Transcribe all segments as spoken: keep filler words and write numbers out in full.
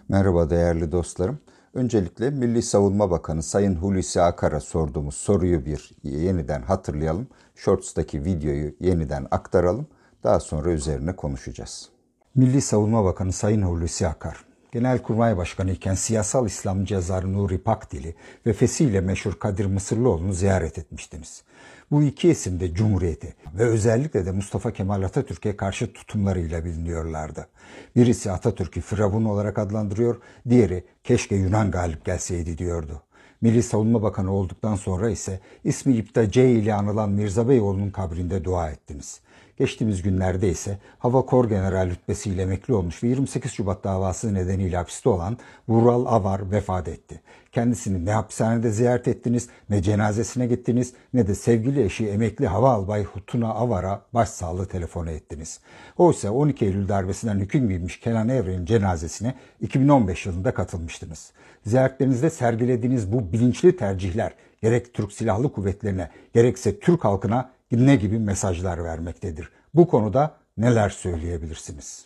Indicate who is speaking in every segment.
Speaker 1: Merhaba değerli dostlarım. Öncelikle Milli Savunma Bakanı Sayın Hulusi Akar'a sorduğumuz soruyu bir yeniden hatırlayalım. Shorts'taki videoyu yeniden aktaralım. Daha sonra üzerine konuşacağız. Milli Savunma Bakanı Sayın Hulusi Akar, Genelkurmay Başkanı iken siyasal İslamcı yazar Nuri Pakdil'i ve fesiyle meşhur Kadir Mısırlıoğlu'nu ziyaret etmiştiniz. Bu iki isim de Cumhuriyeti ve özellikle de Mustafa Kemal Atatürk'e karşı tutumlarıyla biliniyorlardı. Birisi Atatürk'ü Firavun olarak adlandırıyor, diğeri keşke Yunan galip gelseydi diyordu. Milli Savunma Bakanı olduktan sonra ise ismi İpta C ile anılan Mirza Beyoğlu'nun kabrinde dua ettiniz. Geçtiğimiz günlerde ise Hava Kor General rütbesiyle emekli olmuş ve yirmi sekiz Şubat davası nedeniyle hapiste olan Vural Avar vefat etti. Kendisini ne hapishanede ziyaret ettiniz, ne cenazesine gittiniz, ne de sevgili eşi emekli Hava Albay Tuna Avar'a başsağlığı telefonu ettiniz. Oysa on iki Eylül darbesinden hüküm giymiş Kenan Evren'in cenazesine iki bin on beş yılında katılmıştınız. Ziyaretlerinizde sergilediğiniz bu bilinçli tercihler gerek Türk Silahlı Kuvvetleri'ne gerekse Türk halkına ne gibi mesajlar vermektedir? Bu konuda neler söyleyebilirsiniz?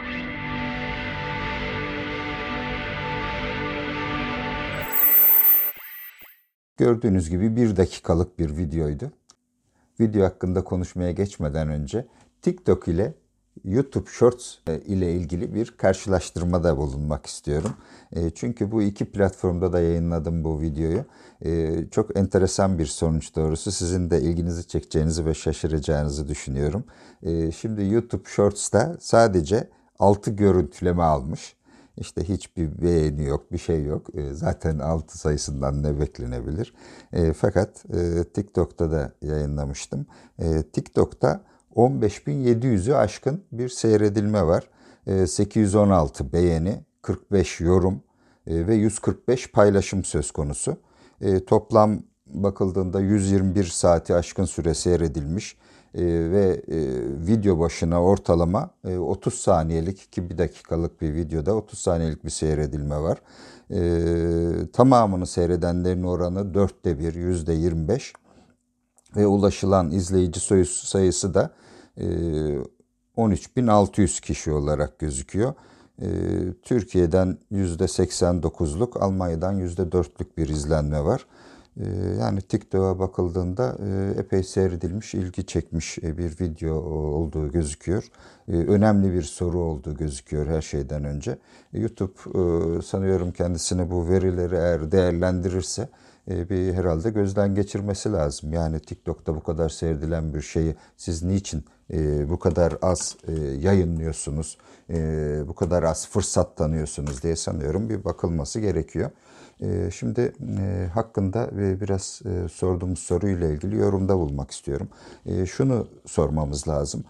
Speaker 1: Gördüğünüz gibi bir dakikalık bir videoydu. Video hakkında konuşmaya geçmeden önce TikTok ile YouTube Shorts ile ilgili bir karşılaştırmada bulunmak istiyorum. Çünkü bu iki platformda da yayınladım bu videoyu. Çok enteresan bir sonuç doğrusu. Sizin de ilginizi çekeceğinizi ve şaşıracağınızı düşünüyorum. Şimdi YouTube Shorts'ta sadece altı görüntüleme almış. İşte hiçbir beğeni yok, bir şey yok. Zaten altı sayısından ne beklenebilir? Fakat TikTok'ta da yayınlamıştım. TikTok'ta on beş bin yedi yüzü aşkın bir seyredilme var. sekiz yüz on altı beğeni, kırk beş yorum ve yüz kırk beş paylaşım söz konusu. Toplam bakıldığında yüz yirmi bir saati aşkın süre seyredilmiş ve video başına ortalama otuz saniyelik ki bir dakikalık bir videoda otuz saniyelik bir seyredilme var. Tamamını seyredenlerin oranı dörtte bir, yüzde yirmi beş ve ulaşılan izleyici sayısı da on üç bin altı yüz kişi olarak gözüküyor. Türkiye'den yüzde seksen dokuzluk, Almanya'dan yüzde dörtlük bir izlenme var. Yani TikTok'a bakıldığında epey seyredilmiş, ilgi çekmiş bir video olduğu gözüküyor. Önemli bir soru olduğu gözüküyor her şeyden önce. YouTube sanıyorum kendisine bu verileri eğer değerlendirirse bir herhalde gözden geçirmesi lazım. Yani TikTok'ta bu kadar seyredilen bir şeyi siz niçin bu kadar az yayınlıyorsunuz, bu kadar az fırsat tanıyorsunuz diye sanıyorum bir bakılması gerekiyor. Şimdi hakkında biraz sorduğumuz soruyla ilgili yorumda bulmak istiyorum. Şunu sormamız lazım.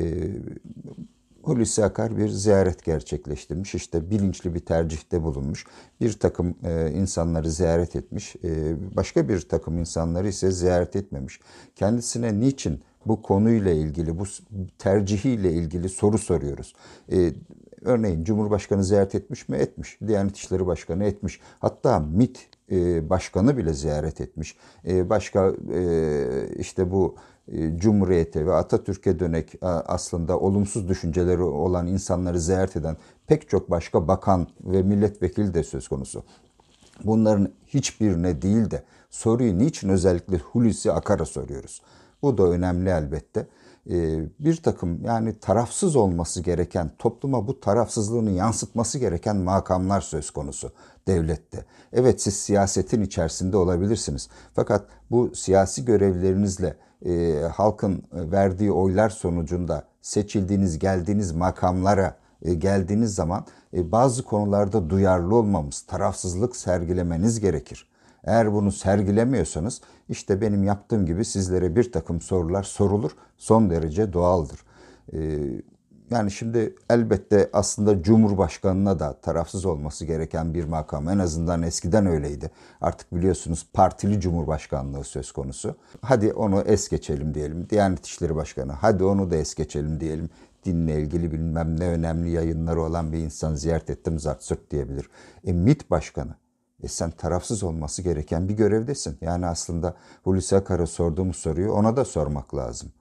Speaker 1: Hulusi Akar bir ziyaret gerçekleştirmiş. İşte bilinçli bir tercihte bulunmuş. Bir takım insanları ziyaret etmiş. Başka bir takım insanları ise ziyaret etmemiş. Kendisine niçin bu konuyla ilgili, bu tercihiyle ilgili soru soruyoruz. Örneğin Cumhurbaşkanı ziyaret etmiş mi? Etmiş. Diyanet İşleri Başkanı etmiş. Hatta MİT Başkanı bile ziyaret etmiş. Başka işte bu Cumhuriyete ve Atatürk'e dönek aslında olumsuz düşünceleri olan insanları ziyaret eden pek çok başka bakan ve milletvekili de söz konusu. Bunların hiçbirine değil de soruyu niçin özellikle Hulusi Akar'a soruyoruz? Bu da önemli elbette. Bir takım yani tarafsız olması gereken, topluma bu tarafsızlığını yansıtması gereken makamlar söz konusu devlette. Evet, siz siyasetin içerisinde olabilirsiniz. Fakat bu siyasi görevlerinizle e, halkın verdiği oylar sonucunda seçildiğiniz, geldiğiniz makamlara e, geldiğiniz zaman e, bazı konularda duyarlı olmamız, tarafsızlık sergilemeniz gerekir. Eğer bunu sergilemiyorsanız işte benim yaptığım gibi sizlere bir takım sorular sorulur. Son derece doğaldır. Ee, yani şimdi elbette aslında Cumhurbaşkanına da tarafsız olması gereken bir makam. En azından eskiden öyleydi. Artık biliyorsunuz partili Cumhurbaşkanlığı söz konusu. Hadi onu es geçelim diyelim. Diyanet İşleri Başkanı, hadi onu da es geçelim diyelim. Dinle ilgili bilmem ne önemli yayınları olan bir insan ziyaret ettim zart zurt diyebilir. E, MİT Başkanı. E sen tarafsız olması gereken bir görevdesin. Yani aslında Hulusi Akar'a sorduğumuz soruyu ona da sormak lazım.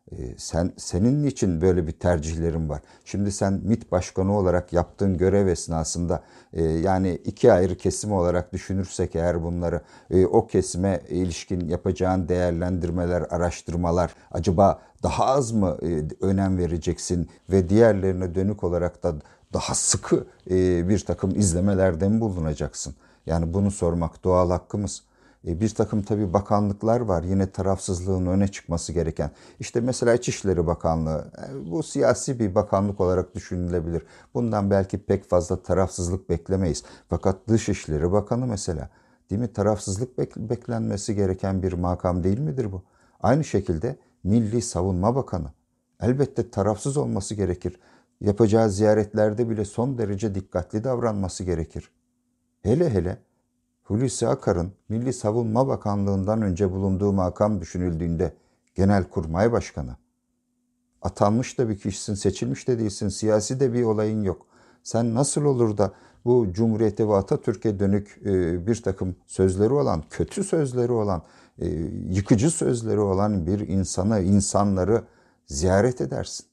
Speaker 1: E, sen senin için böyle bir tercihlerin var. Şimdi sen MİT Başkanı olarak yaptığın görev esnasında e, yani iki ayrı kesim olarak düşünürsek eğer bunları e, o kesime ilişkin yapacağın değerlendirmeler, araştırmalar acaba daha az mı e, önem vereceksin ve diğerlerine dönük olarak da daha sıkı e, bir takım izlemelerde mi bulunacaksın? Yani bunu sormak doğal hakkımız. E, bir takım tabii bakanlıklar var yine tarafsızlığın öne çıkması gereken. İşte mesela İçişleri Bakanlığı e, bu siyasi bir bakanlık olarak düşünülebilir. Bundan belki pek fazla tarafsızlık beklemeyiz. Fakat Dışişleri Bakanı mesela, değil mi? Tarafsızlık bek- beklenmesi gereken bir makam değil midir bu? Aynı şekilde Milli Savunma Bakanı elbette tarafsız olması gerekir. Yapacağı ziyaretlerde bile son derece dikkatli davranması gerekir. Hele hele Hulusi Akar'ın Milli Savunma Bakanlığı'ndan önce bulunduğu makam düşünüldüğünde Genelkurmay Başkanı. Atanmış da bir kişisin, seçilmiş de değilsin, siyasi de bir olayın yok. Sen nasıl olur da bu Cumhuriyete ve Atatürk'e dönük e, bir takım sözleri olan, kötü sözleri olan, e, yıkıcı sözleri olan bir insanı, insanları ziyaret edersin?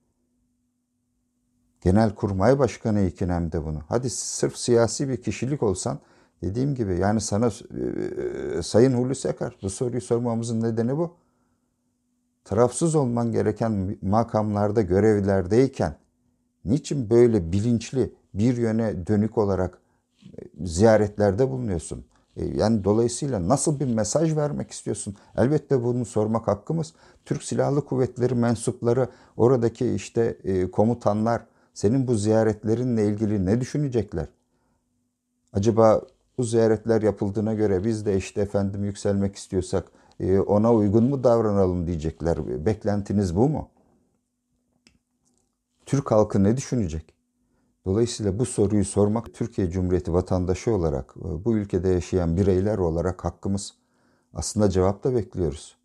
Speaker 1: Genelkurmay Başkanı iken hem de bunu. Hadi sırf siyasi bir kişilik olsan, dediğim gibi yani sana e, Sayın Hulusi Akar, bu soruyu sormamızın nedeni bu. Tarafsız olman gereken makamlarda, görevlerdeyken niçin böyle bilinçli bir yöne dönük olarak e, ziyaretlerde bulunuyorsun? E, Yani dolayısıyla nasıl bir mesaj vermek istiyorsun? Elbette bunu sormak hakkımız. Türk Silahlı Kuvvetleri mensupları, oradaki işte e, komutanlar senin bu ziyaretlerinle ilgili ne düşünecekler? Acaba bu ziyaretler yapıldığına göre biz de işte efendim yükselmek istiyorsak e, ona uygun mu davranalım diyecekler. Beklentiniz bu mu? Türk halkı ne düşünecek? Dolayısıyla bu soruyu sormak Türkiye Cumhuriyeti vatandaşı olarak, bu ülkede yaşayan bireyler olarak hakkımız. Aslında cevap da bekliyoruz.